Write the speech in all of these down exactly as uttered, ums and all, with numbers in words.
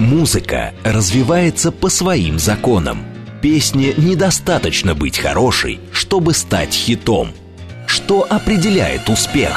Музыка развивается по своим законам. Песне недостаточно быть хорошей, чтобы стать хитом. Что определяет успех?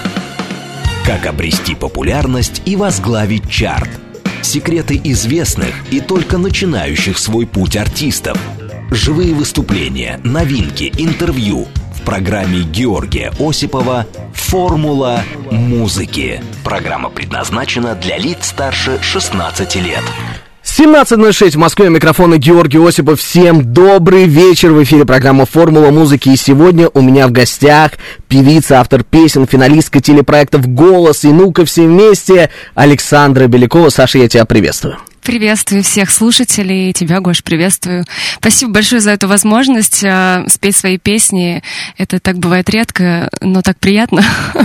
Как обрести популярность и возглавить чарт? Секреты известных и только начинающих свой путь артистов. Живые выступления, новинки, интервью в программе Георгия Осипова «Формула музыки». Программа предназначена для лиц старше шестнадцати лет. семнадцать ноль шесть в Москве, микрофон Георгий Осипов. Всем добрый вечер, в эфире программа «Формула музыки». И сегодня у меня в гостях певица, автор песен, финалистка телепроектов «Голос» и «Ну-ка все вместе» Александра Белякова. Саша, я тебя приветствую. Приветствую всех слушателей, тебя, Гош, приветствую. Спасибо большое за эту возможность э, спеть свои песни. Это так бывает редко, но так приятно.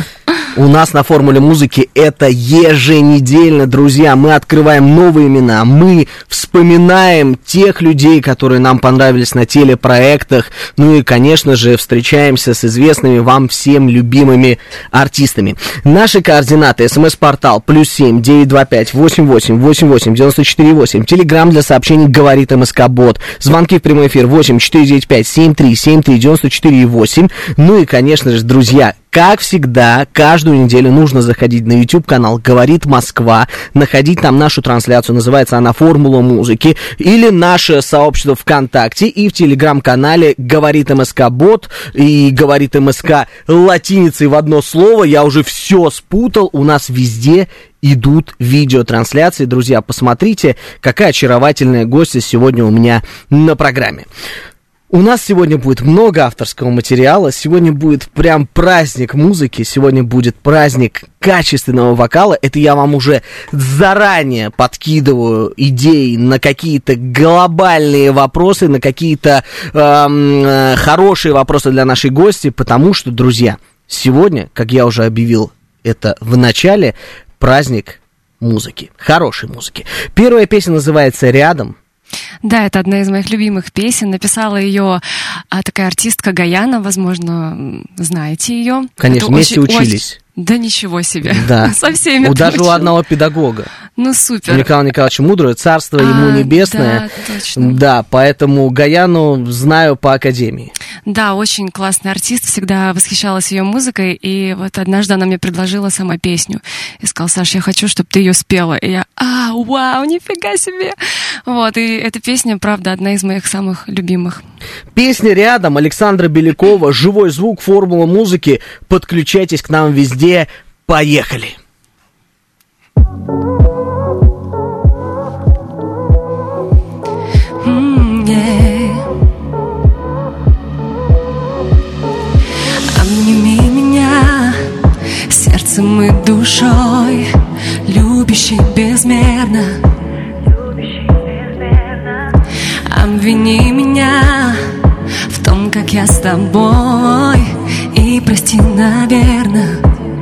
У нас на «Формуле музыки» это еженедельно, друзья. Мы открываем новые имена, мы вспоминаем тех людей, которые нам понравились на телепроектах. Ну и, конечно же, встречаемся с известными вам всем любимыми артистами. Наши координаты: смс-портал плюс семь девятьсот двадцать пять восемьдесят восемь восемьдесят восемь девяносто четыре восемь. Телеграм для сообщений говорит МСК-бот. Звонки в прямой эфир восемь четыре девять пять семь три семь три девяносто четыре восемь. Ну и, конечно же, друзья, как всегда, каждую неделю нужно заходить на YouTube-канал «Говорит Москва», находить там нашу трансляцию, называется она «Формула музыки», или наше сообщество ВКонтакте, и в Телеграм-канале «Говорит МСК-бот», и «Говорит МСК» латиницей в одно слово, я уже все спутал, у нас везде идут видеотрансляции. Друзья, посмотрите, какая очаровательная гостья сегодня у меня на программе. У нас сегодня будет много авторского материала, сегодня будет прям праздник музыки, сегодня будет праздник качественного вокала. Это я вам уже заранее подкидываю идеи на какие-то глобальные вопросы, на какие-то э, хорошие вопросы для нашей гости, потому что, друзья, сегодня, как я уже объявил это в начале, праздник музыки, хорошей музыки. Первая песня называется «Рядом». Да, это одна из моих любимых песен. Написала ее а, такая артистка Гаяна, возможно, знаете ее. Конечно, это вместе очень, учились. Очень... Да ничего себе. Да. Со всеми. У, даже у одного педагога. Ну, супер. У Николая Николаевича Мудрого, царство а, ему небесное. Да, точно. Да, поэтому Гаяну знаю по академии. Да, очень классный артист, всегда восхищалась ее музыкой, и вот однажды она мне предложила сама песню. И сказала: Саша, я хочу, чтобы ты ее спела. И я: а, вау, нифига себе. Вот, и эта песня, правда, одна из моих самых любимых. Песня «Рядом», Александра Белякова, живой звук, формула музыки. Подключайтесь к нам везде. Поехали! Mm, yeah. Обними меня сердцем и душой, любящей безмерно. Обвини меня в том, как я с тобой, и прости, наверно.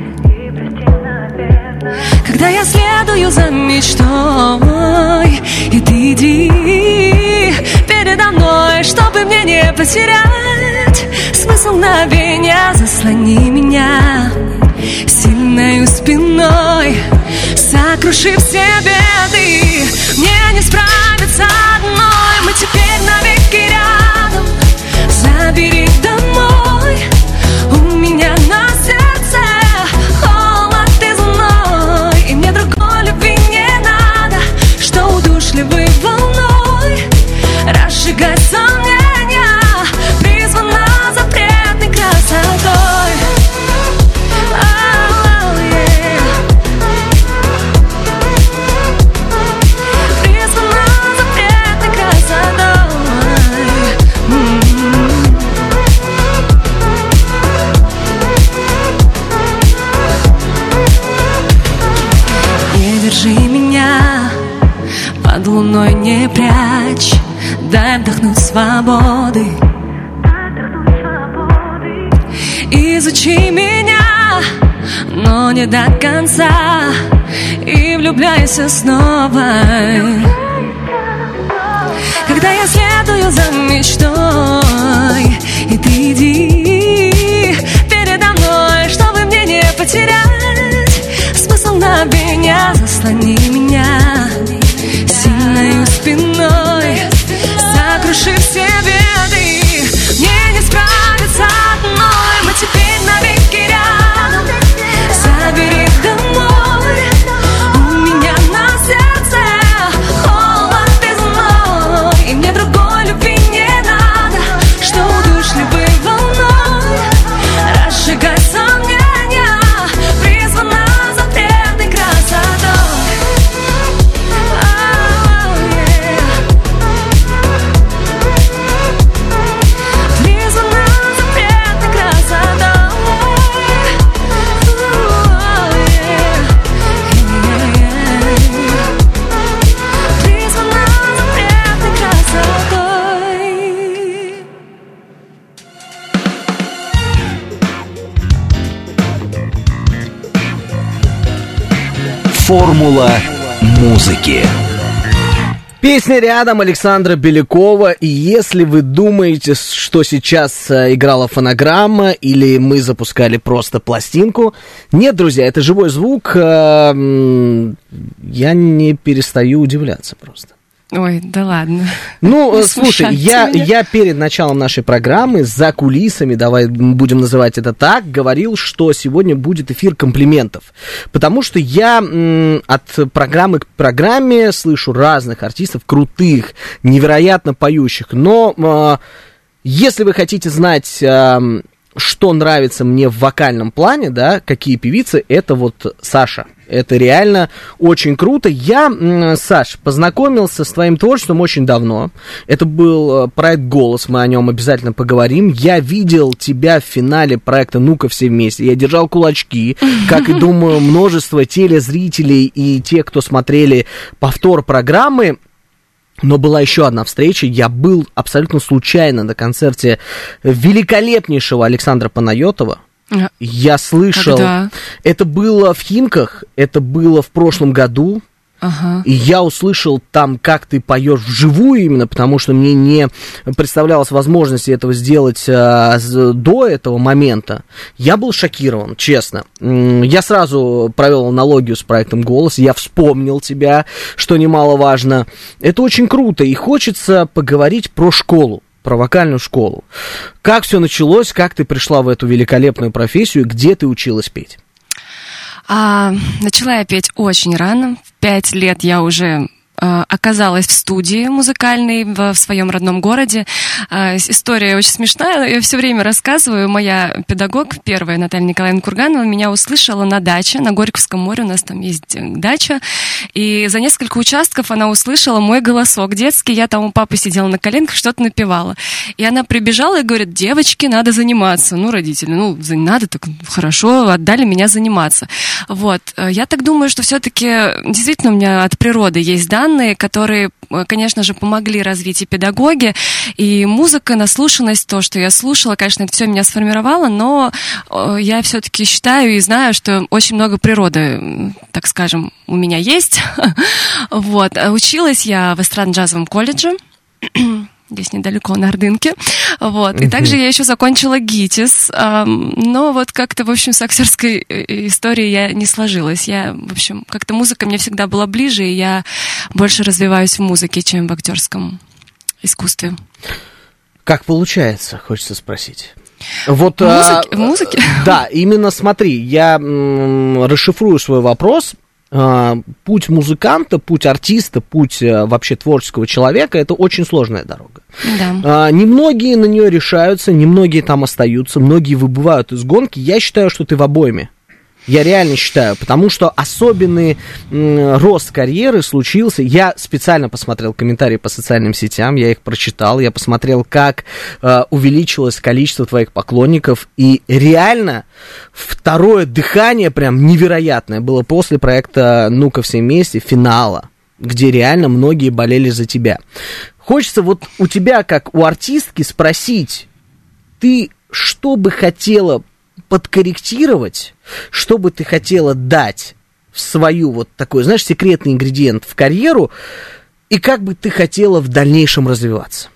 Когда я следую за мечтой, и ты иди передо мной, чтобы мне не потерять смысл мгновения. Заслони меня сильною спиной, сокрушив все беды. Мне не справиться одной, мы теперь навеки рядом. Забери домой, у меня на сердце холод и зной, и мне другой любви не надо, что удушливой волной разжигать сомнения, призвана запретной красотой. Oh, yeah. Призвана запретной красотой. Mm-hmm. Не держи меня под луной, не прячь, дай вдохнуть свободы. Изучи меня, но не до конца, и влюбляйся снова. Когда я следую за мечтой, и ты иди передо мной, чтобы мне не потерять смысл мгновения. Заслони меня сильно Формула музыки. Песня рядом Александра Белякова. И если вы думаете, что сейчас играла фонограмма или мы запускали просто пластинку, нет, друзья, это живой звук. Я не перестаю удивляться просто. Ой, да ладно. Ну, слушай, я, я перед началом нашей программы за кулисами, давай будем называть это так, говорил, что сегодня будет эфир комплиментов. Потому что я м, от программы к программе слышу разных артистов, крутых, невероятно поющих. Но э, если вы хотите знать, э, что нравится мне в вокальном плане, да, какие певицы, это вот Саша. Это реально очень круто. Я, Саш, познакомился с твоим творчеством очень давно. Это был проект «Голос», мы о нем обязательно поговорим. Я видел тебя в финале проекта «Ну-ка все вместе». Я держал кулачки, как и, думаю, множество телезрителей и те, кто смотрели повтор программы. Но была еще одна встреча. Я был абсолютно случайно на концерте великолепнейшего Александра Панайотова. Я слышал, Когда? Это было в Химках, это было в прошлом году, ага. И я услышал там, как ты поешь вживую именно, потому что мне не представлялась возможности этого сделать а, до этого момента. Я был шокирован, честно. Я сразу провел аналогию с проектом «Голос», я вспомнил тебя, что немаловажно. Это очень круто, и хочется поговорить про школу. Про вокальную школу. Как все началось, как ты пришла в эту великолепную профессию, где ты училась петь? А, начала я петь очень рано. В пять лет я уже а, оказалась в студии музыкальной в, в своем родном городе. А, история очень смешная, я все время рассказываю. Моя педагог, первая, Наталья Николаевна Курганова, меня услышала на даче, на Горьковском море, у нас там есть дача. И за несколько участков она услышала мой голосок детский. Я там у папы сидела на коленках, что-то напевала. И она прибежала и говорит: девочки, надо заниматься. Ну, родители, ну, надо, так хорошо, отдали меня заниматься. Вот. Я так думаю, что все-таки действительно у меня от природы есть данные, которые, конечно же, помогли развить и педагоги, и музыка, наслушанность, то, что я слушала, конечно, это все меня сформировало, но я все-таки считаю и знаю, что очень много природы, так скажем, у меня есть. Вот. Училась я в эстрадно-джазовом колледже, здесь недалеко, на Ордынке. Вот. И также я еще закончила ГИТИС, но вот как-то, в общем, с актерской историей я не сложилась. Я, в общем, как-то музыка мне всегда была ближе, и я больше развиваюсь в музыке, чем в актерском искусстве. Как получается, хочется спросить. Вот, в музыке? А, в музыке? Да, именно смотри, я м, расшифрую свой вопрос. Путь музыканта, путь артиста, путь вообще творческого человека — это очень сложная дорога. Да. Немногие на нее решаются, немногие там остаются, многие выбывают из гонки. Я считаю, что ты в обойме. Я реально считаю, потому что особенный м, рост карьеры случился. Я специально посмотрел комментарии по социальным сетям, я их прочитал, я посмотрел, как э, увеличилось количество твоих поклонников, и реально второе дыхание прям невероятное было после проекта «Ну-ка все вместе», финала, где реально многие болели за тебя. Хочется вот у тебя, как у артистки, спросить, ты что бы хотела подкорректировать, что бы ты хотела дать в свою вот такой, знаешь, секретный ингредиент в карьеру, и как бы ты хотела в дальнейшем развиваться?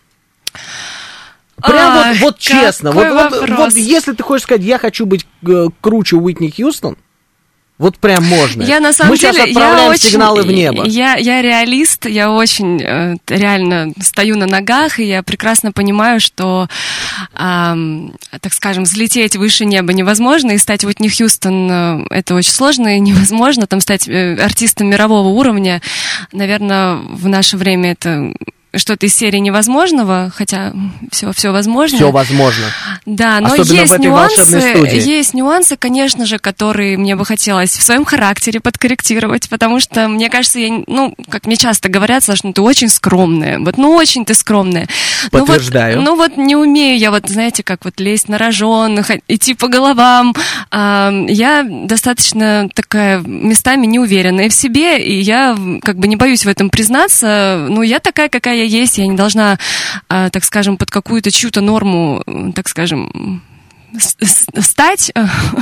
Прям а, вот, вот честно, вот, вот, вот если ты хочешь сказать, я хочу быть э, круче Уитни Хьюстон, вот прям можно. Я на самом Мы деле, сейчас отправляем я сигналы очень, в небо. Я, я реалист, я очень э, реально стою на ногах, и я прекрасно понимаю, что, э, так скажем, взлететь выше неба невозможно, и стать Уитни Хьюстон э, это очень сложно и невозможно, там стать э, артистом мирового уровня, наверное, в наше время это что-то из серии невозможного, хотя все, все возможно. Все возможно. Да, но особенно есть в этой нюансы, студии. есть нюансы, конечно же, которые мне бы хотелось в своем характере подкорректировать, потому что, мне кажется, я, ну, как мне часто говорят, Саша, ну, ты очень скромная, вот, ну, очень ты скромная. Подтверждаю. Ну вот, ну, вот не умею я, вот, знаете, как вот лезть на рожон, идти по головам. А, я достаточно такая местами неуверенная в себе, и я как бы не боюсь в этом признаться, ну, я такая, какая я есть, я не должна, так скажем, под какую-то чью-то норму, так скажем, стать.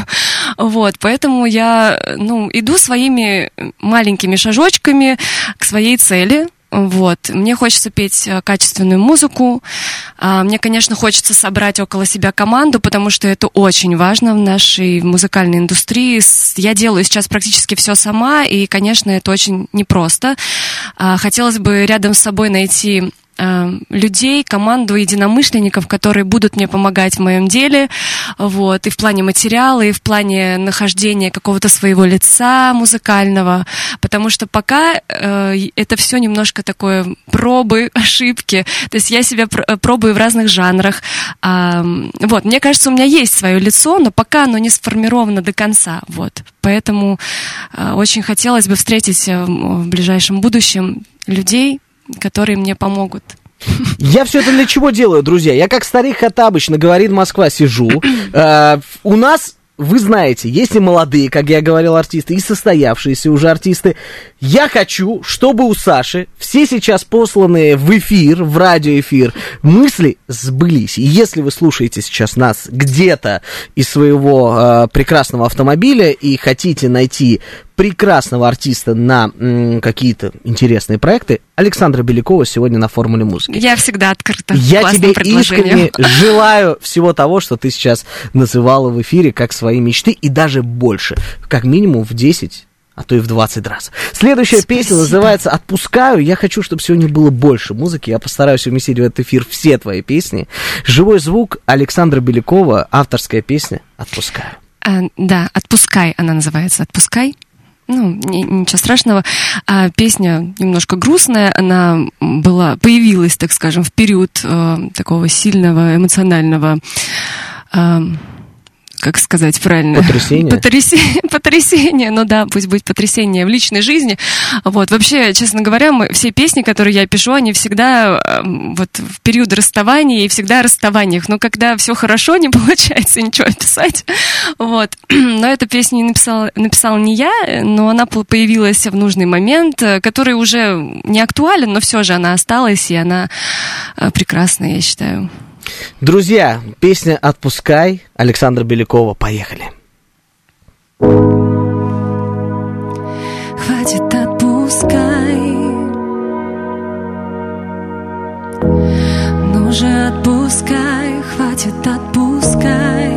Вот, поэтому я, ну, иду своими маленькими шажочками к своей цели. Вот. Мне хочется петь качественную музыку. Мне, конечно, хочется собрать около себя команду, потому что это очень важно в нашей музыкальной индустрии. Я делаю сейчас практически все сама, и, конечно, это очень непросто. Хотелось бы рядом с собой найти людей, команду единомышленников, которые будут мне помогать в моем деле, вот, и в плане материала, и в плане нахождения какого-то своего лица музыкального, потому что пока э, это все немножко такое пробы, ошибки, то есть я себя пр- пробую в разных жанрах, а, вот, мне кажется, у меня есть свое лицо, но пока оно не сформировано до конца, вот, поэтому э, очень хотелось бы встретить в ближайшем будущем людей, которые мне помогут. Я все это для чего делаю, друзья? Я как старик Хоттабыч, говорит Москва, сижу. э, у нас, вы знаете, есть и молодые, как я говорил, артисты, и состоявшиеся уже артисты. Я хочу, чтобы у Саши все сейчас посланные в эфир, в радиоэфир, мысли сбылись. И если вы слушаете сейчас нас где-то из своего э, прекрасного автомобиля и хотите найти прекрасного артиста на м, какие-то интересные проекты, Александра Белякова сегодня на «Формуле музыки». Я всегда открыта. Я тебе искренне желаю всего того, что ты сейчас называла в эфире как свои мечты, и даже больше, как минимум в десять, а то и в двадцать раз. Следующая Спасибо. Песня называется «Отпускаю». Я хочу, чтобы сегодня было больше музыки. Я постараюсь уместить в этот эфир все твои песни. Живой звук, Александра Белякова, авторская песня «Отпускаю». А, да, «Отпускай» она называется, «Отпускай». Ну, ничего страшного. А песня немножко грустная, она была, появилась, так скажем, в период э, такого сильного эмоционального, э, как сказать правильно? Потрясение. Потрясение, потрясение, ну да, пусть будет потрясение в личной жизни. Вот, вообще, честно говоря, мы, все песни, которые я пишу, они всегда э, вот в период расставания и всегда о расставаниях. Но когда все хорошо, не получается ничего писать. Вот. Но эту песню написала, написала не я, но она появилась в нужный момент, который уже не актуален, но все же она осталась, и она э, прекрасная, я считаю. Друзья, песня «Отпускай», Александра Белякова. Поехали. Хватит, отпускай. Ну же, отпускай. Хватит, отпускай.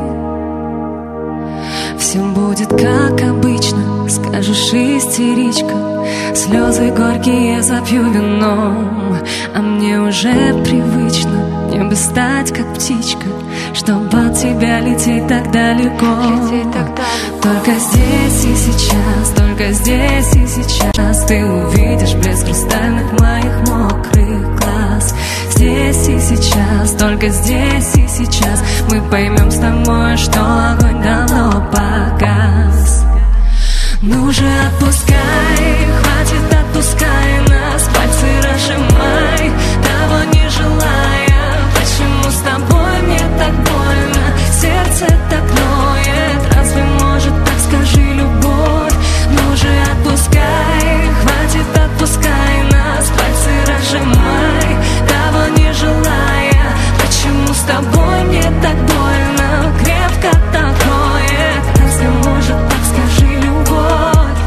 Все будет как обычно, скажешь, истеричка. Слезы горькие запью вином, а мне уже привычно небо стать, как птичка, чтобы от тебя лететь так далеко. Лететь так далеко. Только здесь и сейчас, только здесь и сейчас ты увидишь блеск хрустальных моих мокрых глаз. Здесь и сейчас, только здесь и сейчас мы поймем с тобой, что огонь давно погас. Ну же, отпускай, хватит, отпускай нас, пальцы разжимай, того не желая. Почему с тобой мне так больно, сердце так ноет? Разве может так, скажи, любовь? Ну же, отпускай, хватит, отпускай нас, пальцы разжимай, того не желая. Почему с тобой мне так больно, крепко так ноет? Разве может так, скажи, любовь?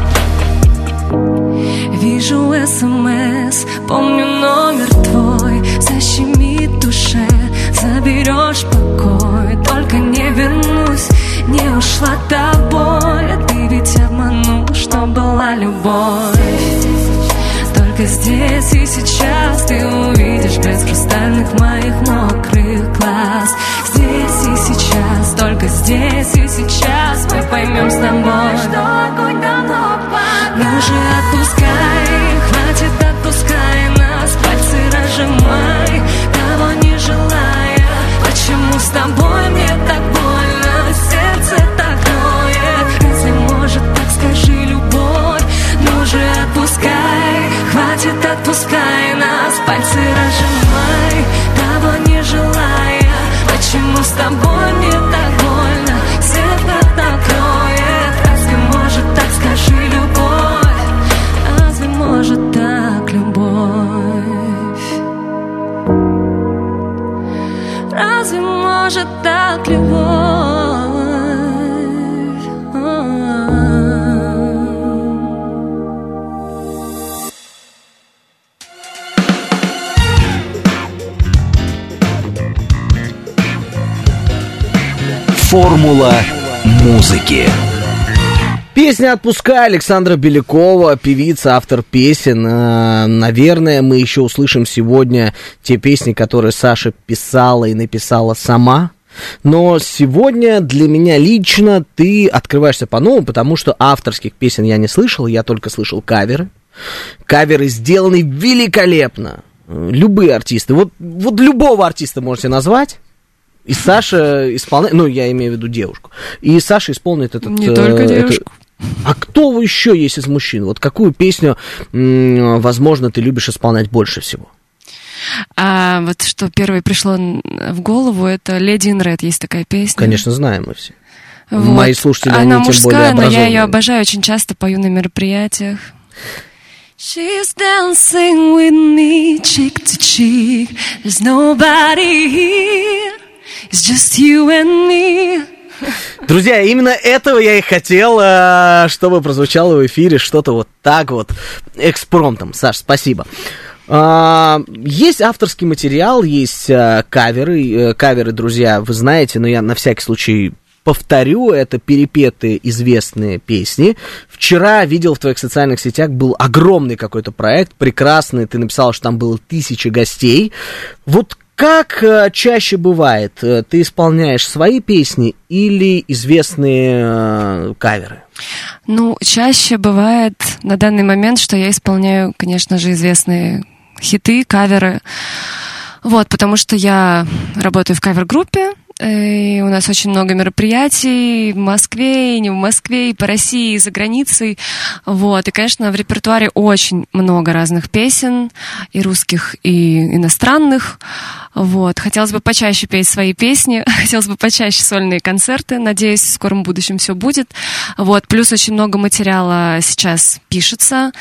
Вижу СМС, помню номер твой, защемит в душе, заберешь покой. Только не вернусь, не ушла тобой, а ты ведь обманул, что была любовь. Только здесь и сейчас ты увидишь блеск хрустальных моих мокрых глаз. Здесь и сейчас, только здесь и сейчас мы поймем с тобой, что огонь давно погас. Ну же, отпускай, хватит, отпускай нас, пальцы разжимай, того не желая. Почему с тобой мне так больно, сердце так ноет? Разве может так, скажи, любовь? Ну же, отпускай, хватит, отпускай нас, пальцы разжимай, того не желая. Почему с тобой мне так больно, сердце так ноет? Разве может так, скажи, любовь? Разве может так, любовь? Разве может так, любовь? Формула музыки. Песня «Отпускай» Александра Белякова, певица, автор песен. Наверное, мы еще услышим сегодня те песни, которые Саша писала и написала сама. Но сегодня для меня лично ты открываешься по-новому, потому что авторских песен я не слышал, я только слышал каверы. Каверы сделаны великолепно. Любые артисты, вот, вот любого артиста можете назвать. И Саша исполняет, ну, я имею в виду девушку. И Саша исполнит этот... Не только девушку. Это... А кто еще есть из мужчин? Вот какую песню, возможно, ты любишь исполнять больше всего? А вот что первое пришло в голову, это «Lady in Red», есть такая песня. Конечно, знаем мы все. Вот. Мои слушатели, она они мужская, тем более образованные. Но я ее обожаю, очень часто пою на мероприятиях. She's dancing with me, cheek to cheek. There's nobody here. It's just you and me. Друзья, именно этого я и хотел, чтобы прозвучало в эфире что-то вот так вот экспромтом. Саш, спасибо. Есть авторский материал, есть каверы. Каверы, друзья, вы знаете, но я на всякий случай повторю, это перепетые известные песни. Вчера видел в твоих социальных сетях, был огромный какой-то проект, прекрасный, ты написал, что там было тысячи гостей. Вот как чаще бывает, ты исполняешь свои песни или известные э, каверы? Ну, чаще бывает на данный момент, что я исполняю, конечно же, известные хиты, каверы. Вот, потому что я работаю в кавер-группе, и у нас очень много мероприятий в Москве, и не в Москве, и по России, и за границей. Вот. И, конечно, в репертуаре очень много разных песен, и русских, и иностранных. Вот. Хотелось бы почаще петь свои песни, хотелось бы почаще сольные концерты. Надеюсь, в скором будущем все будет. Вот. Плюс очень много материала сейчас пишется,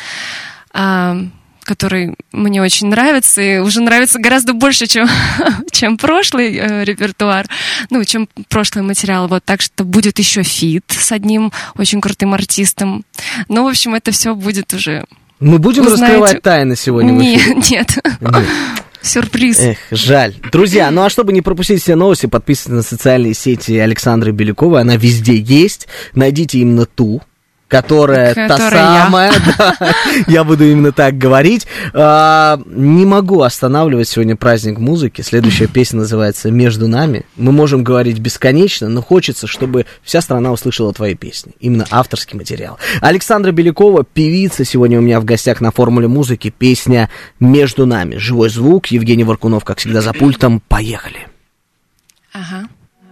который мне очень нравится, и уже нравится гораздо больше, чем, чем прошлый э, репертуар, ну, чем прошлый материал. Вот, так что будет еще фит с одним очень крутым артистом. Ну, в общем, это все будет уже... Мы будем Вы раскрывать знаете... тайны сегодня в эфире? Нет, нет. Нет. Сюрприз. Эх, жаль. Друзья, ну а чтобы не пропустить все новости, подписывайтесь на социальные сети Александры Беляковой. Она везде есть. Найдите именно ту, которая, которая та самая, я. Да, я буду именно так говорить. А, не могу останавливать сегодня праздник музыки. Следующая песня называется «Между нами». Мы можем говорить бесконечно, но хочется, чтобы вся страна услышала твои песни. Именно авторский материал. Александра Белякова, певица, сегодня у меня в гостях на «Формуле музыки». Песня «Между нами». Живой звук. Евгений Варкунов, как всегда, за пультом. Поехали. Ага.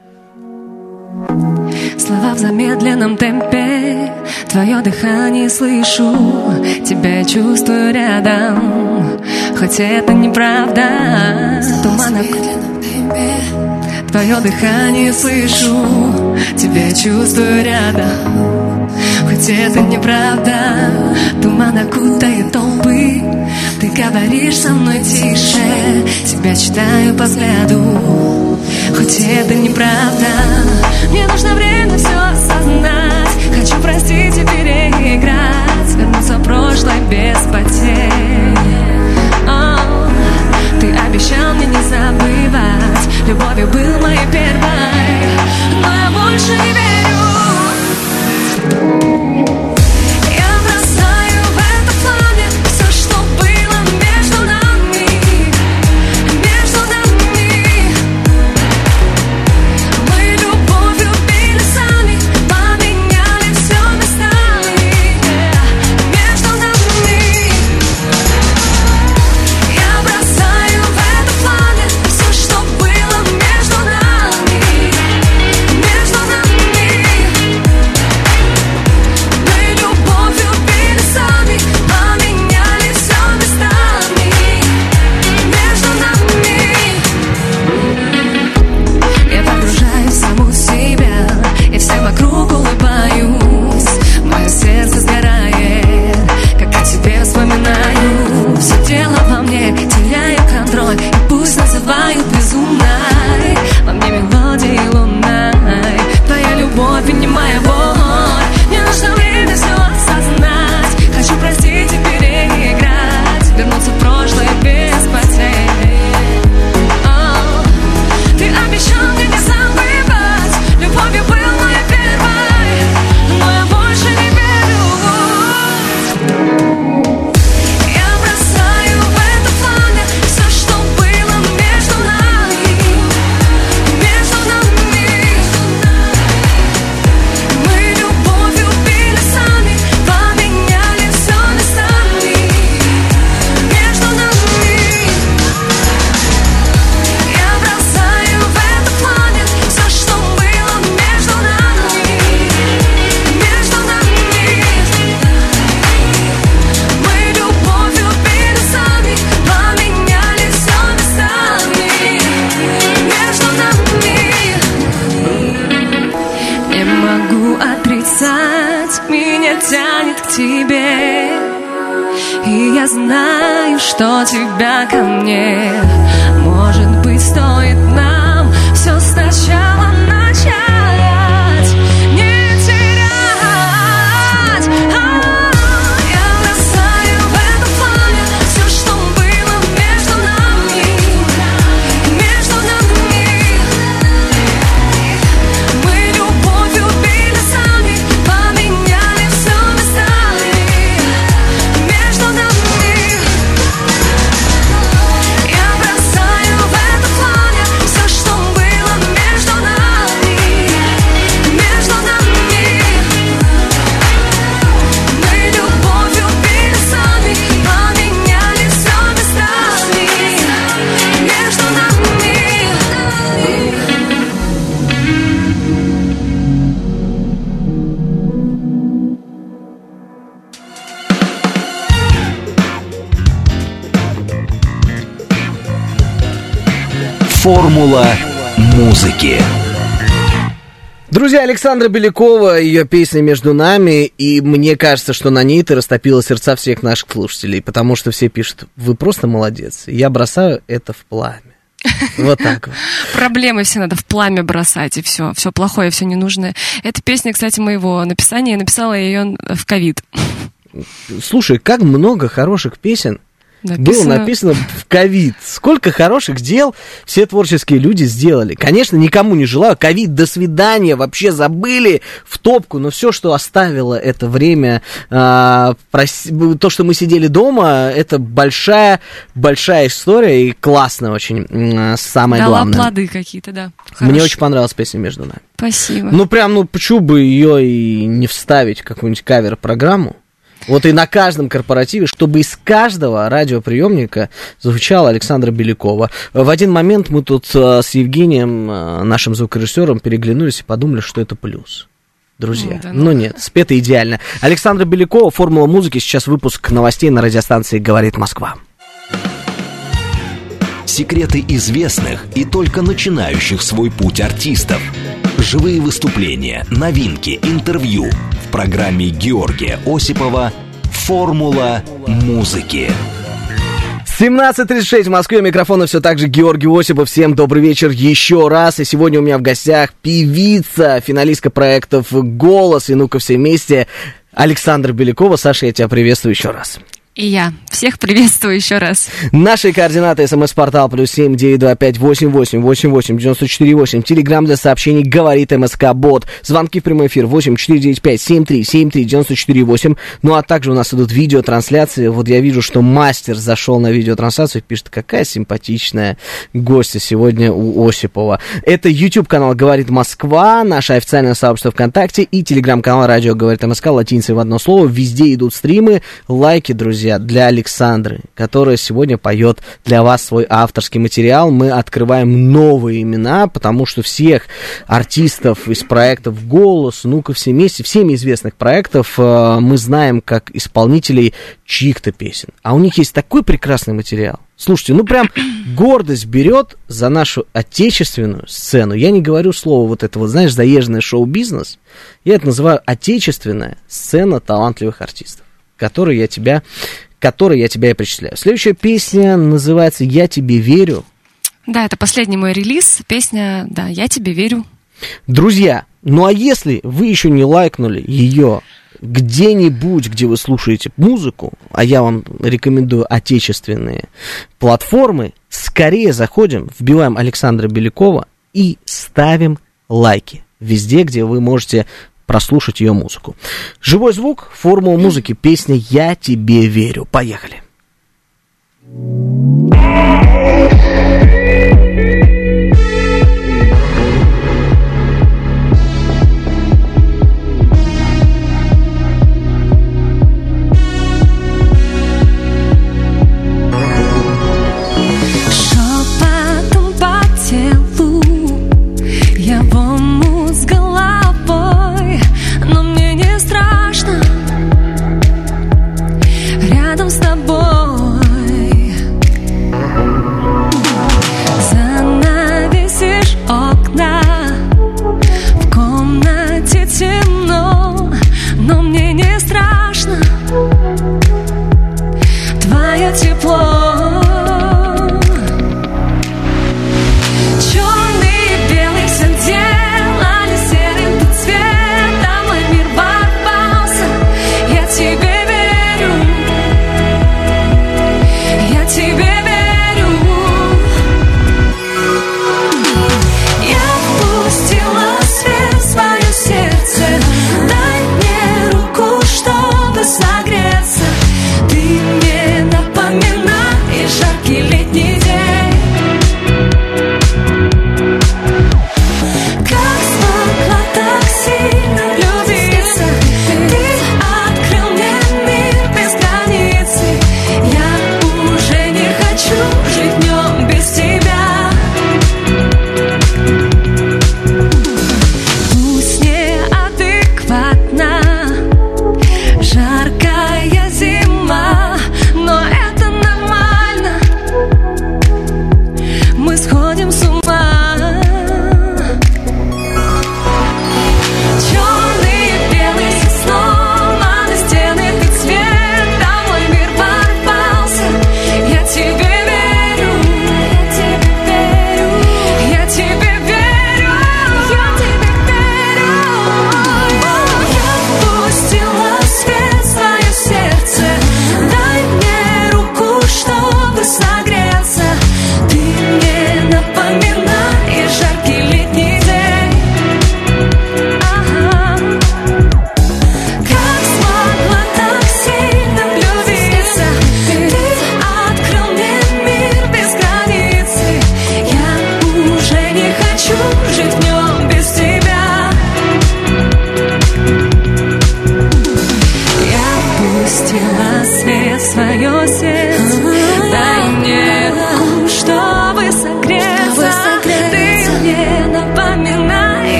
Слова в замедленном темпе, твое дыхание слышу, тебя я чувствую рядом, хоть это неправда. Туман твое дыхание слышу, тебя я чувствую рядом, хоть это неправда. Туман окутает толпы, ты говоришь со мной тише, тебя читаю по взгляду, хоть это неправда. Мне нужно время все осознать, хочу простить и переиграть, вернуться в прошлое без потерь. О, ты обещал мне не забывать, любовью был моей первой, но я больше не верю. Я бросаю в это пламя все, что было между нами, между нами. Мы любовью били сами, поменяли все местами, между нами. что тебя ко мне. Может быть, стоит нам все сначала начать, не терять. Я бросаю в это пламя все, что было между нами, между нами. Мы любовью били сами, поменяли все местами между нами. Я бросаю в это пламя все, что было между нами, между нами. Мы любовью били сами, поменяли все местами между нами. Формула музыки. Друзья, Александра Белякова, ее песня «Между нами», и мне кажется, что на ней ты растопила сердца всех наших слушателей, потому что все пишут: вы просто молодец, я бросаю это в пламя. Вот так вот. Проблемы все надо в пламя бросать, и все, все плохое, все ненужное. Эта песня, кстати, моего написания, я написала ее в ковид. Слушай, как много хороших песен Написано... было написано в ковид. Сколько хороших дел все творческие люди сделали. Конечно, никому не желаю. Ковид, до свидания, вообще забыли в топку. Но все, что оставило это время, а, прос... то, что мы сидели дома, это большая, большая история и классно очень. Самое Дала главное. плоды какие-то, да. Мне Хорошо. очень понравилась песня «Между нами». Спасибо. Ну, прям, ну, почему бы ее и не вставить в какую-нибудь кавер-программу? Вот и на каждом корпоративе, чтобы из каждого радиоприемника звучала Александра Белякова. В один момент мы тут с Евгением, нашим звукорежиссером, переглянулись и подумали, что это плюс. Друзья, Ну, да, ну. но нет, спето идеально. Александра Белякова, «Формула музыки», сейчас выпуск новостей на радиостанции «Говорит Москва». Секреты известных и только начинающих свой путь артистов. Живые выступления, новинки, интервью. В программе Георгия Осипова «Формула музыки». семнадцать тридцать шесть в Москве, у микрофона все так же Георгий Осипов. Всем добрый вечер еще раз. И сегодня у меня в гостях певица, финалистка проектов «Голос» и «Ну-ка все вместе» Александра Белякова. Саша, я тебя приветствую еще раз. И я. Всех приветствую еще раз. Наши координаты: смс-портал плюс семь девять два пять восемь восемь восемь восемь девяносто четыре восемь. Телеграм для сообщений «Говорит МСК Бот». Звонки в прямой эфир восемь четыре девять пять семь три семь три девяносто четыре восемь. Ну а также у нас идут видеотрансляции. Вот я вижу, что мастер зашел на видеотрансляцию и пишет: какая симпатичная гостья сегодня у Осипова. Это YouTube-канал «Говорит Москва», наше официальное сообщество ВКонтакте и телеграм-канал «Радио Говорит МСК» латиницей в одно слово. Везде идут стримы, лайки, друзья, для Александры, которая сегодня поет для вас свой авторский материал. Мы открываем новые имена, потому что всех артистов из проектов «Голос», «Ну-ка все вместе», всеми известных проектов э, мы знаем как исполнителей чьих-то песен. А у них есть такой прекрасный материал. Слушайте, ну прям гордость берет за нашу отечественную сцену. Я не говорю слово вот это вот, знаешь, заезженный шоу-бизнес. Я это называю отечественная сцена талантливых артистов, которые я тебя, которые я тебя и причисляю. Следующая песня называется «Я тебе верю». Да, это последний мой релиз. Песня, да, «Я тебе верю». Друзья, ну а если вы еще не лайкнули ее где-нибудь, где вы слушаете музыку, а я вам рекомендую отечественные платформы, скорее заходим, вбиваем Александра Белякова и ставим лайки везде, где вы можете прослушать ее музыку. Живой звук, формула музыки, песня «Я тебе верю». Поехали. Шепотом по телу я в омут с головой, но мне не страшно. Рядом с тобой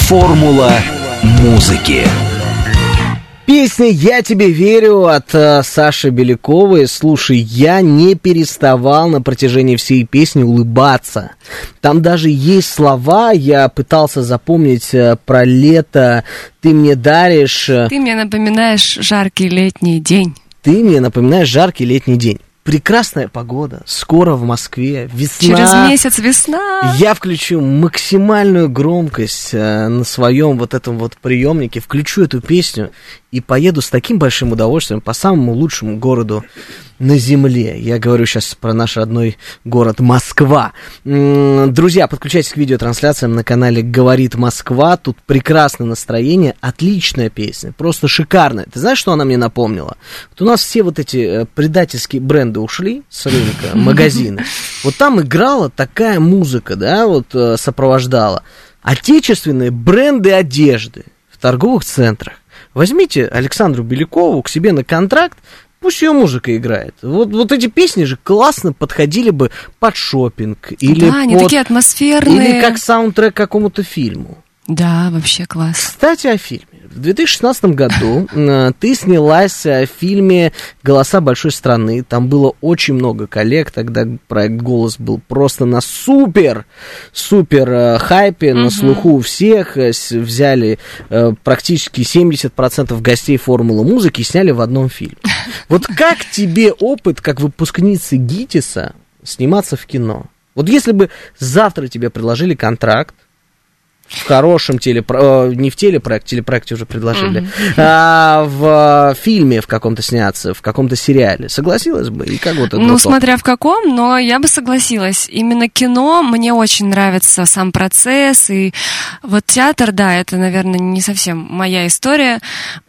Формула музыки. Песня «Я тебе верю» от э, Саши Беляковой. Слушай, я не переставал на протяжении всей песни улыбаться. Там даже есть слова, я пытался запомнить э, про лето. Ты мне даришь... Ты мне напоминаешь жаркий летний день. Ты мне напоминаешь жаркий летний день. Прекрасная погода, скоро в Москве, весна. Через месяц весна. Я включу максимальную громкость э, на своем вот этом вот приемнике, включу эту песню и поеду с таким большим удовольствием по самому лучшему городу на земле. Я говорю сейчас про наш родной город Москва. Друзья, подключайтесь к видеотрансляциям на канале «Говорит Москва». Тут прекрасное настроение, отличная песня, просто шикарная. Ты знаешь, что она мне напомнила? Вот у нас все вот эти предательские бренды ушли с рынка, магазины. Вот там играла такая музыка, да, вот сопровождала. Отечественные бренды одежды в торговых центрах. Возьмите Александру Белякову к себе на контракт, пусть ее музыка играет. Вот, вот эти песни же классно подходили бы под шопинг. Или да, под, они такие атмосферные. Или как саундтрек к какому-то фильму. Да, вообще класс. Кстати, о фильме. В две тысячи шестнадцатом году ты снялась в фильме «Голоса большой страны». Там было очень много коллег. Тогда проект «Голос» был просто на супер, супер хайпе, на слуху у всех. Взяли практически семьдесят процентов гостей «Формулы музыки» и сняли в одном фильме. Вот как тебе опыт, как выпускницы ГИТИСа, сниматься в кино? Вот если бы завтра тебе предложили контракт, в хорошем телепро... не в телепроекте, телепроекте уже предложили, uh-huh. а в фильме в каком-то сняться, в каком-то сериале. Согласилась бы? И как вот это? Ну, было? Смотря в каком, но я бы согласилась. Именно кино, мне очень нравится сам процесс, и вот театр, да, это, наверное, не совсем моя история.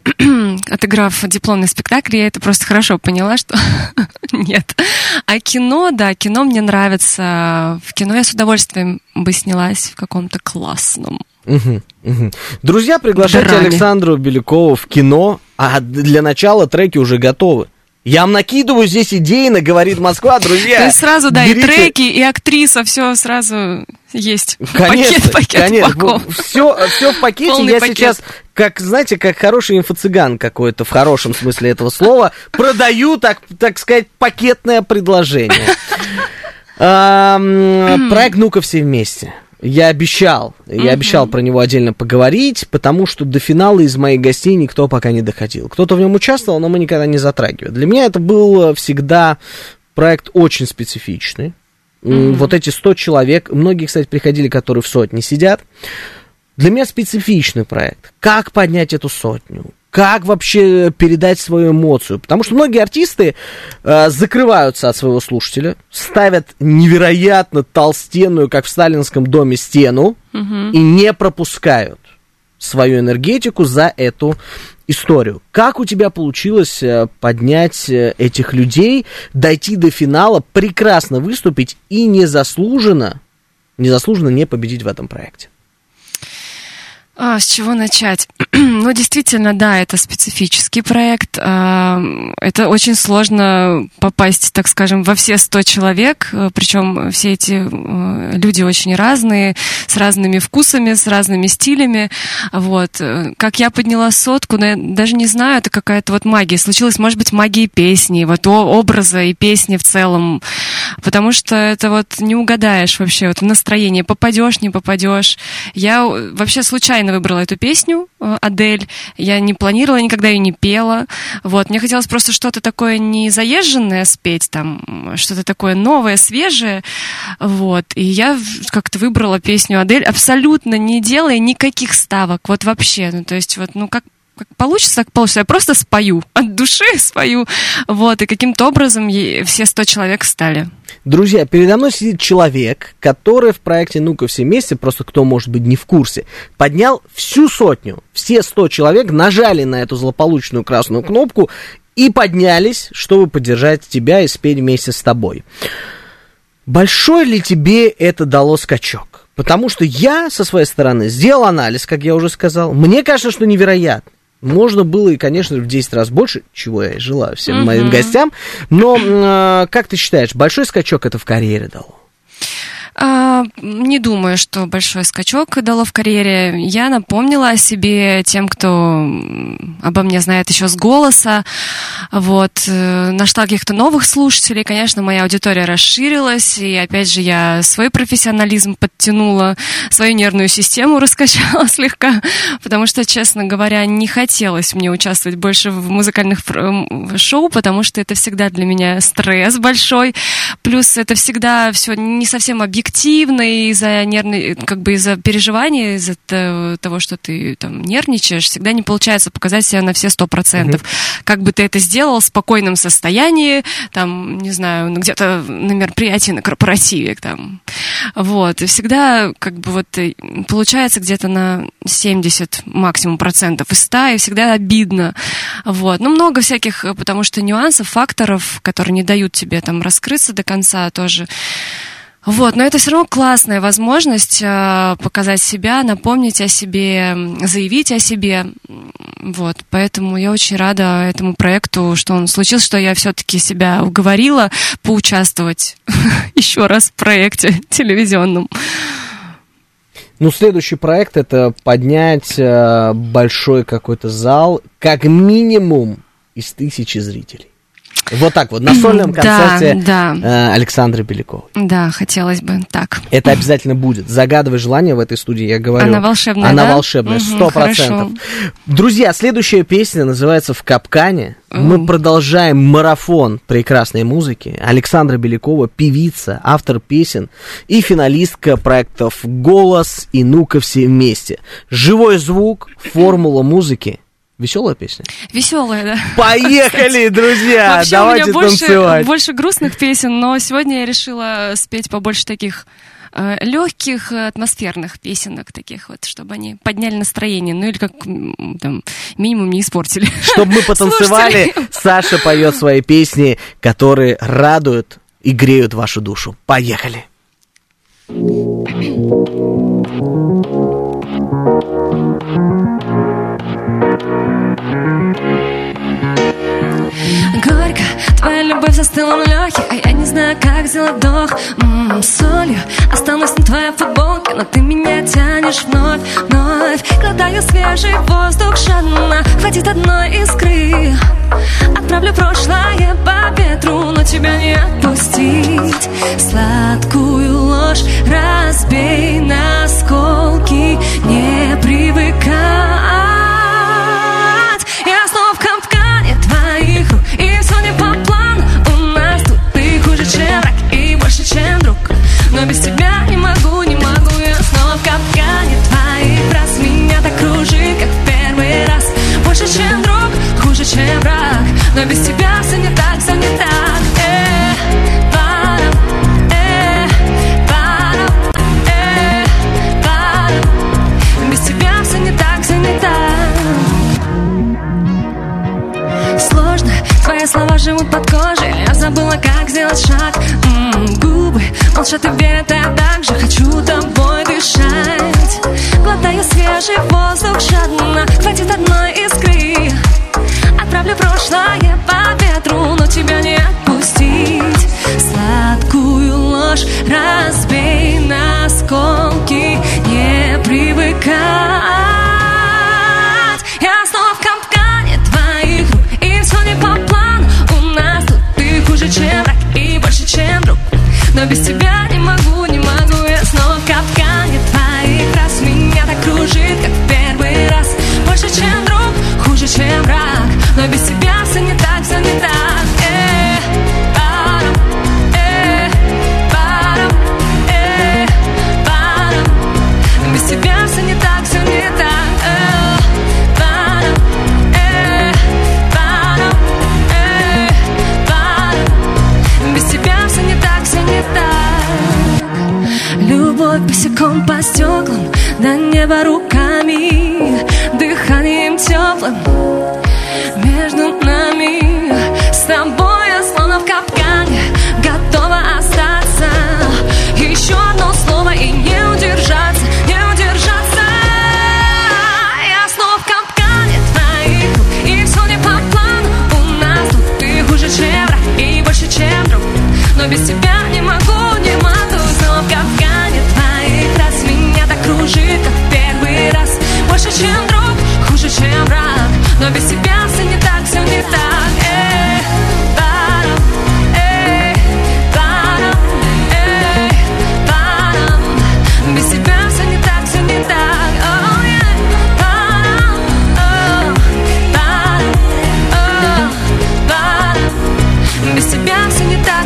Отыграв дипломный спектакль, я это просто хорошо поняла, что нет. А кино, да, кино мне нравится. В кино я с удовольствием бы снялась в каком-то классном. Угу, угу. Друзья, приглашайте драме. Александру Белякову в кино, а для начала треки уже готовы. Я вам накидываю здесь идеи на «Говорит Москва», друзья. То есть сразу, да, берите... и треки, и актриса, все сразу есть. Конечно, пакет, пакет конечно. Все, все в пакете. Полный я пакет. Сейчас, как, знаете, как хороший инфо-цыган какой-то, в хорошем смысле этого слова, продаю, так, так сказать, пакетное предложение. Проект «Ну-ка все вместе». Я обещал, я uh-huh. обещал про него отдельно поговорить, потому что до финала из моих гостей никто пока не доходил. Кто-то в нем участвовал, но мы никогда не затрагивали. Для меня это был всегда проект очень специфичный. Uh-huh. Вот эти сто человек, многие, кстати, приходили, которые в сотне сидят. Для меня специфичный проект. Как поднять эту сотню? Как вообще передать свою эмоцию? Потому что многие артисты э, закрываются от своего слушателя, ставят невероятно толстенную, как в сталинском доме, стену, uh-huh. и не пропускают свою энергетику за эту историю. Как у тебя получилось э, поднять э, этих людей, дойти до финала, прекрасно выступить и незаслуженно, незаслуженно не победить в этом проекте? А, с чего начать? Ну, действительно, да, это специфический проект. Это очень сложно попасть, так скажем, во все сто человек. Причем все эти люди очень разные, с разными вкусами, с разными стилями. Вот. Как я подняла сотку, ну, я даже не знаю, это какая-то вот магия. Случилась, может быть, магия песни, вот образа и песни в целом. Потому что это вот не угадаешь вообще, вот в настроение попадешь, не попадешь. Я вообще случайно выбрала эту песню «Адель». Я не планировала, никогда ее не пела. Вот. Мне хотелось просто что-то такое не заезженное спеть, там, что-то такое новое, свежее. Вот. И я как-то выбрала песню «Адель», абсолютно не делая никаких ставок. Вот вообще. Ну, то есть, вот, ну, как Как получится, так получится. Я просто спою, от души спою. Вот, и каким-то образом все сто человек стали. Друзья, передо мной сидит человек, который в проекте «Ну-ка все вместе», просто кто, может быть, не в курсе, поднял всю сотню. Все сто человек нажали на эту злополучную красную кнопку и поднялись, чтобы поддержать тебя и спеть вместе с тобой. Большой ли тебе это дало скачок? Потому что я, со своей стороны, сделал анализ, как я уже сказал. Мне кажется, что невероятно. Можно было и, конечно, в десять раз больше, чего я и желаю всем uh-huh. моим гостям. Но, э, как ты считаешь, большой скачок это в карьере дало? А, не думаю, что большой скачок дало в карьере. Я напомнила о себе тем, кто обо мне знает еще с голоса. Вот. Нашла каких-то новых слушателей. Конечно, моя аудитория расширилась. И опять же, я свой профессионализм подтянула, свою нервную систему раскачала слегка. Потому что, честно говоря, не хотелось мне участвовать больше в музыкальных шоу, потому что это всегда для меня стресс большой. Плюс это всегда все не совсем объективно, из-за нервной, как бы из-за переживаний, из-за того, что ты там нервничаешь, всегда не получается показать себя на все сто процентов. Mm-hmm. Как бы ты это сделал в спокойном состоянии, там, не знаю, где-то на мероприятии, на корпоративе, там. Вот. И всегда как бы вот получается где-то на семьдесят максимум процентов из ста, и всегда обидно. Вот. Ну, много всяких, потому что нюансов, факторов, которые не дают тебе там раскрыться до конца тоже. Вот, но это все равно классная возможность э, показать себя, напомнить о себе, заявить о себе. Вот, поэтому я очень рада этому проекту, что он случился, что я все-таки себя уговорила поучаствовать еще раз в проекте телевизионном. Ну, следующий проект — это поднять э, большой какой-то зал, как минимум из тысячи зрителей. Вот так вот, на сольном концерте да, да. Э, Александры Беляковой. Да, хотелось бы так. Это обязательно будет. Загадывай желание в этой студии, я говорю. Она волшебная, Она да? волшебная, сто процентов. Угу, друзья, следующая песня называется «В капкане». Угу. Мы продолжаем марафон прекрасной музыки. Александра Белякова, певица, автор песен и финалистка проектов «Голос» и «Ну-ка все вместе». Живой звук, формула музыки. Веселая песня? Веселая, да. Поехали, друзья! Вообще, давайте у меня больше, танцевать. Больше грустных песен, но сегодня я решила спеть побольше таких э, легких, атмосферных песенок, таких вот, чтобы они подняли настроение, ну или как там минимум не испортили. Чтобы мы потанцевали, Саша поет свои песни, которые радуют и греют вашу душу. Поехали! Горько, твоя любовь застыла в лёгких, а я не знаю, как сделать вдох. М-м, солью останусь на твоей футболке, но ты меня тянешь вновь, вновь. Глотаю свежий воздух жадно, хватит одной искры. Отправлю прошлое по ветру, но тебя не отпустить. Сладкую ложь разбей на осколки, не привыкать. Я снова в капкане твоих рук, и все не по плану у нас тут. Ты хуже, чем враг, и больше, чем друг. Но без тебя не могу, не могу. Я снова в капкане твоих фраз. Меня так кружит, как в первый раз. Больше, чем друг, хуже, чем враг. Но без тебя все не так, все не так. Э, парам, э, парам, э, парам. Без тебя все не так, все не так. Сложно, твои слова живут под кожей. Я забыла, как сделать шаг. М-м, губы молчат и верят, я так же хочу тобой дышать. Глотаю свежий воздух жадно, хватит одной искры. Отправлю прошлое по ветру, но тебя не отпустить. Сладкую ложь разбей на осколки, не привыкать. Я снова в капкане твоих рук, и все не по плану у нас тут. Ты хуже, чем враг, и больше, чем друг. Но без тебя не могу, не могу. Я снова в капкане твоих фраз. Меня так кружит, как в первый раз. Больше, чем друг, хуже, чем враг. Но без тебя все не так, все не так. Э, парам, э, парам, э, парам. Без тебя все не так, все не так. Э, парам, э, парам, э, парам. Без тебя все не так, все не так. Любовь босиком по стеклам, до неба руками, дыханием теплым между нами. С тобой я словно в капкане, готова остаться. Еще одно слово и не удержаться, не удержаться. Я снова в капкане твоих рук, и все не по плану у нас тут. Ты хуже, чем враг, и больше, чем друг. Но без тебя не могу, не могу. Снова в капкане.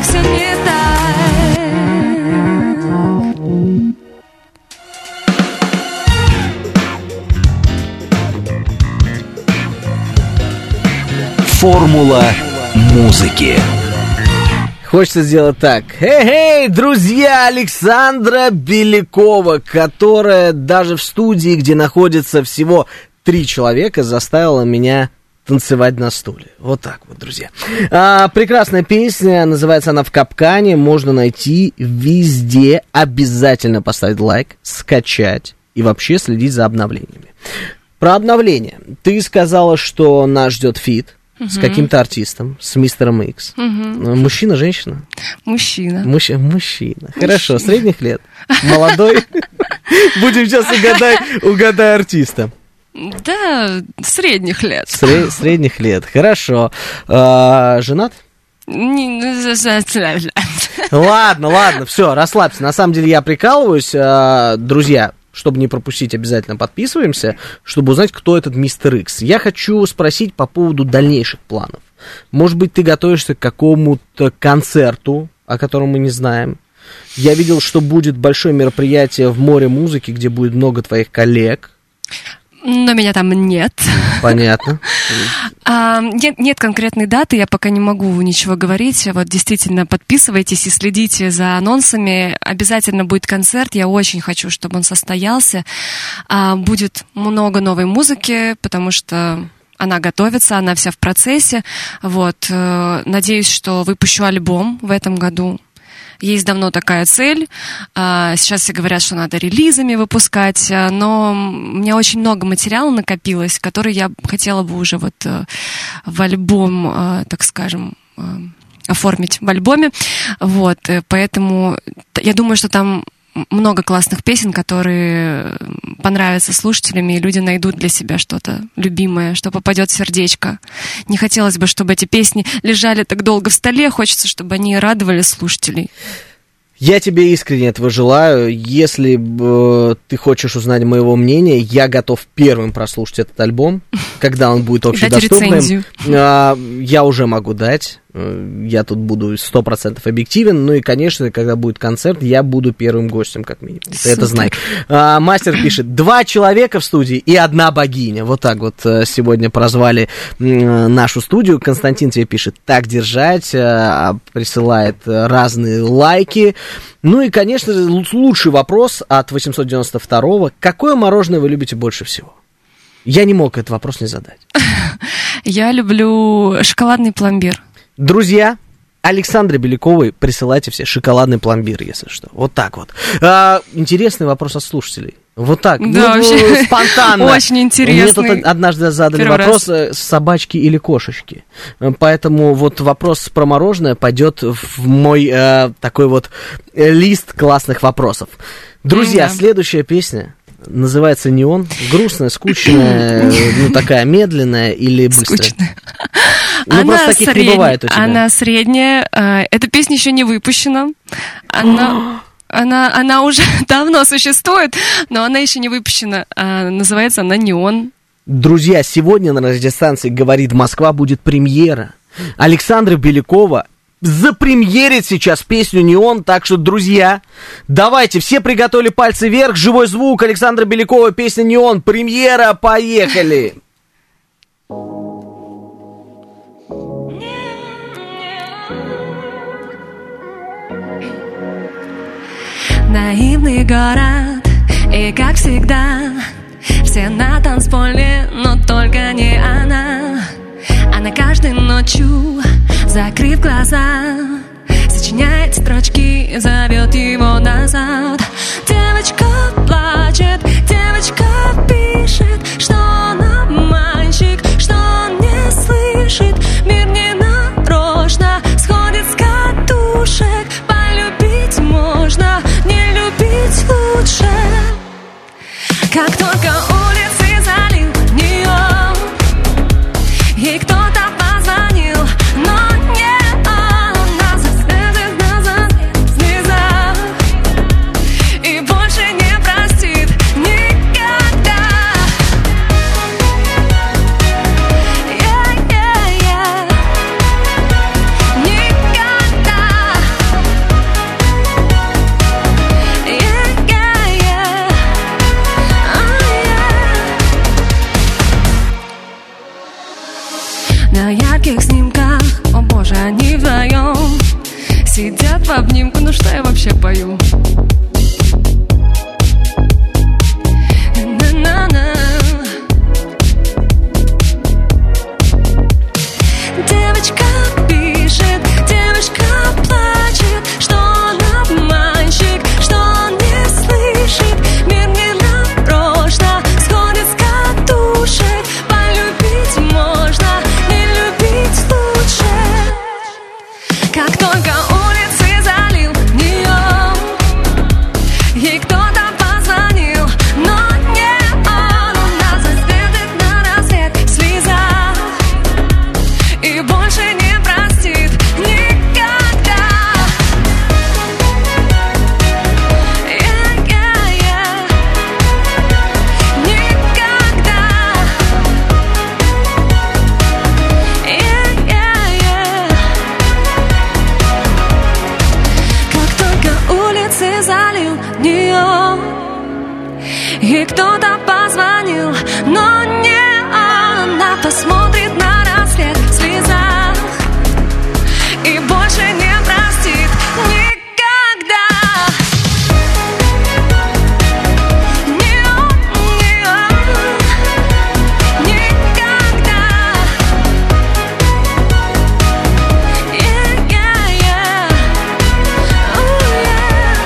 все не так. Формула музыки. Хочется сделать так. Эй-эй, друзья, Александра Белякова, которая даже в студии, где находится всего три человека, заставила меня танцевать на стуле. Вот так вот, друзья. А, прекрасная песня, называется она «В капкане». Можно найти везде. Обязательно поставить лайк, скачать и вообще следить за обновлениями. Про обновление. Ты сказала, что нас ждет фит. Uh-huh. С каким-то артистом, с мистером Икс. Uh-huh. Мужчина, женщина? Мужчина. Мужч... Мужчина. Хорошо, средних лет. Молодой. Будем сейчас угадай, угадай артиста. Да, средних лет. Сре- средних лет, хорошо. А, женат? Ладно, ладно, все, расслабься. На самом деле я прикалываюсь. А, друзья, чтобы не пропустить, обязательно подписываемся, чтобы узнать, кто этот мистер Икс. Я хочу спросить по поводу дальнейших планов. Может быть, ты готовишься к какому-то концерту, о котором мы не знаем. Я видел, что будет большое мероприятие в Море музыки, где будет много твоих коллег. Но меня там нет. Понятно. а, нет, нет конкретной даты, я пока не могу ничего говорить. Вот действительно, подписывайтесь и следите за анонсами. Обязательно будет концерт, я очень хочу, чтобы он состоялся. А, будет много новой музыки, потому что она готовится, она вся в процессе. Вот. Надеюсь, что выпущу альбом в этом году. Есть давно такая цель. Сейчас все говорят, что надо релизами выпускать, но у меня очень много материала накопилось, который я хотела бы уже вот в альбом, так скажем, оформить в альбоме. Вот, поэтому я думаю, что там много классных песен, которые понравятся слушателям, и люди найдут для себя что-то любимое, что попадет в сердечко. Не хотелось бы, чтобы эти песни лежали так долго в столе, хочется, чтобы они радовали слушателей. Я тебе искренне этого желаю. Если э, ты хочешь узнать моего мнения, я готов первым прослушать этот альбом, когда он будет общедоступным. Э, я уже могу дать. Я тут буду сто процентов объективен. Ну и, конечно, когда будет концерт, я буду первым гостем, как минимум. Ты это знай. А, мастер пишет: два человека в студии и одна богиня. Вот так вот сегодня прозвали нашу студию. Константин тебе пишет: так держать. Присылает разные лайки. Ну и, конечно, лучший вопрос от восемьсот девяносто второго. Какое мороженое вы любите больше всего? Я не мог этот вопрос не задать. Я люблю шоколадный пломбир. Друзья, Александре Беляковой присылайте все шоколадный пломбир, если что. Вот так вот. А, интересный вопрос от слушателей. Вот так, да, ну, вообще спонтанно. Очень интересный. Мне тут однажды задали Первый вопрос, раз. собачки или кошечки. Поэтому вот вопрос про мороженое пойдет в мой э, такой вот лист классных вопросов. Друзья, mm-hmm. следующая песня называется «Неон». Грустная, скучная, ну такая медленная или быстрая? Скучная. Ну, она просто таких средня, не бывает у тебя. Она средняя. Эта песня еще не выпущена. Она, она, она уже давно существует, но она еще не выпущена. Называется она «Неон». Друзья, сегодня на радиостанции «Говорит Москва» будет премьера. Александра Белякова запремьерит сейчас песню «Неон», так что, друзья, давайте, все приготовили пальцы вверх, живой звук, Александра Белякова, песня «Неон», премьера, поехали! Наивный город, и как всегда, все на танцполе, но только не она. Она каждой ночью, закрыв глаза, сочиняет строчки, зовет его назад. Девочка плачет, девочка пишет, что он обманщик, что он не слышит. Мир не нарочно сходит с катушек. Полюбить можно, не любить лучше. Как только улицы залил неон, ей кто-то позвонил, но не он. Назад, назад, назад, слеза, и больше не простит никогда. Yeah, yeah, yeah. Никогда. сидят в обнимку, ну что я вообще пою? На-на-на. Девочка пишет, девочка плачет, что он обманщик, что он не слышит. Мир не нарочно сходит с катушек. Полюбить можно, не любить лучше. Как только улицы залил неон, ей кто-то позвонил, но не он. У нас засветит на рассвет слеза и больше не простит никогда. Yeah-yeah-yeah. Никогда. Yeah-yeah-yeah. Как только улицы залил неон, и кто-то позвонил, но не он. Она посмотрит на рассвет в слезах и больше не простит никогда. Не он, не он. Никогда. Yeah-yeah-yeah. Ooh, yeah.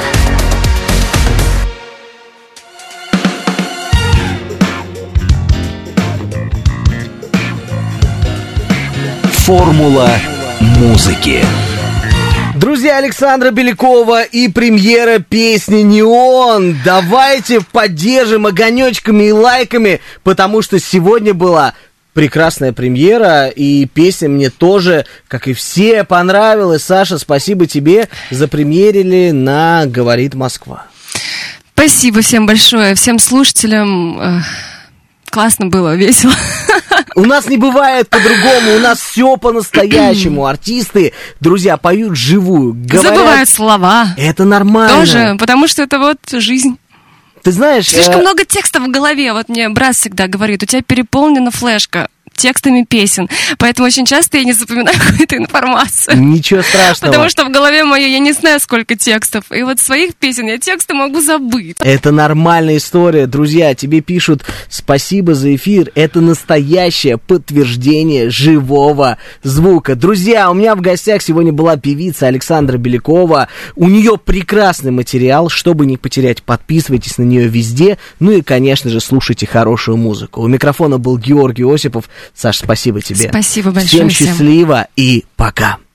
Формула музыки. Друзья, Александра Белякова и премьера песни «Неон». Давайте поддержим огонечками и лайками, потому что сегодня была прекрасная премьера, и песня мне тоже, как и все, понравилась. Саша, спасибо тебе, запремьерили на «Говорит Москва». Спасибо всем большое, всем слушателям. Э, Классно было, весело. У нас не бывает по-другому, у нас все по-настоящему. Артисты, друзья, поют живую, говорят... Забывают слова. Это нормально. Тоже, потому что это вот жизнь. Ты знаешь... Слишком э... много текстов в голове. Вот мне брат всегда говорит, у тебя переполнена флешка текстами песен. Поэтому очень часто я не запоминаю какую-то информацию. Ничего страшного. Потому что в голове моей я не знаю, сколько текстов. И вот своих песен я тексты могу забыть. Это нормальная история. Друзья, тебе пишут спасибо за эфир. Это настоящее подтверждение живого звука. Друзья, у меня в гостях сегодня была певица Александра Белякова. У нее прекрасный материал. Чтобы не потерять, подписывайтесь на нее везде. Ну и, конечно же, слушайте хорошую музыку. У микрофона был Георгий Осипов. Саш, спасибо тебе. Спасибо большое всем. Всем счастливо и пока.